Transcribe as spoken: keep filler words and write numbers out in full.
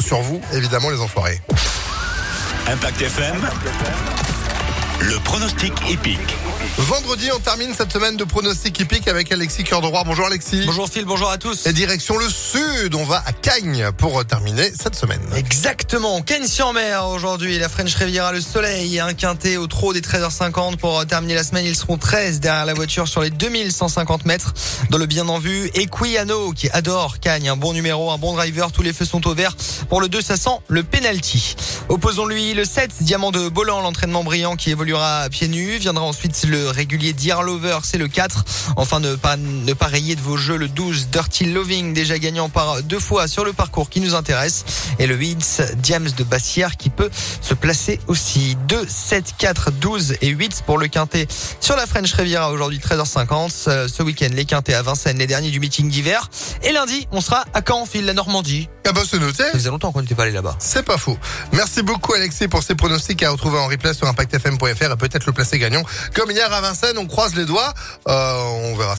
sur vous, évidemment, les enfoirés. Impact F M, le pronostic épique. Vendredi, on termine cette semaine de pronostic épique avec Alexis Cœur de Roi. Bonjour Alexis. Bonjour Phil, bonjour à tous. Et direction le sud, on va à Cagnes pour terminer cette semaine. Exactement, Cagnes-sur-Mer aujourd'hui, la French Riviera, le soleil, un quintet au trot des treize heures cinquante pour terminer la semaine. Ils seront treize derrière la voiture sur les deux mille cent cinquante mètres dans le bien en vue. Et Equiano qui adore Cagnes, un bon numéro, un bon driver, tous les feux sont au vert. Pour le deux, ça sent le penalty. Opposons-lui le sept, Diamant de Bolan, l'entraînement brillant qui évoluera à pieds nus. Viendra ensuite le régulier Dear Lover, c'est le quatre. Enfin, ne pas, ne pas rayer de vos jeux le douze, Dirty Loving, déjà gagnant par deux fois sur le parcours qui nous intéresse. Et le huit, Diams de Bassière qui peut se placer aussi. deux, sept, quatre, douze et huit pour le quintet sur la French Riviera aujourd'hui treize heures cinquante. Ce week-end, les quintets à Vincennes, les derniers du meeting d'hiver. Et lundi, on sera à Caen, Phil, la Normandie. Ah bah c'est noté. Ça faisait longtemps qu'on n'était pas allé là-bas. C'est pas faux. Merci beaucoup Alexis pour ces pronostics à retrouver en replay sur impact f m point f r et peut-être le placer gagnant. Comme hier à Vincennes, on croise les doigts. Euh, on verra.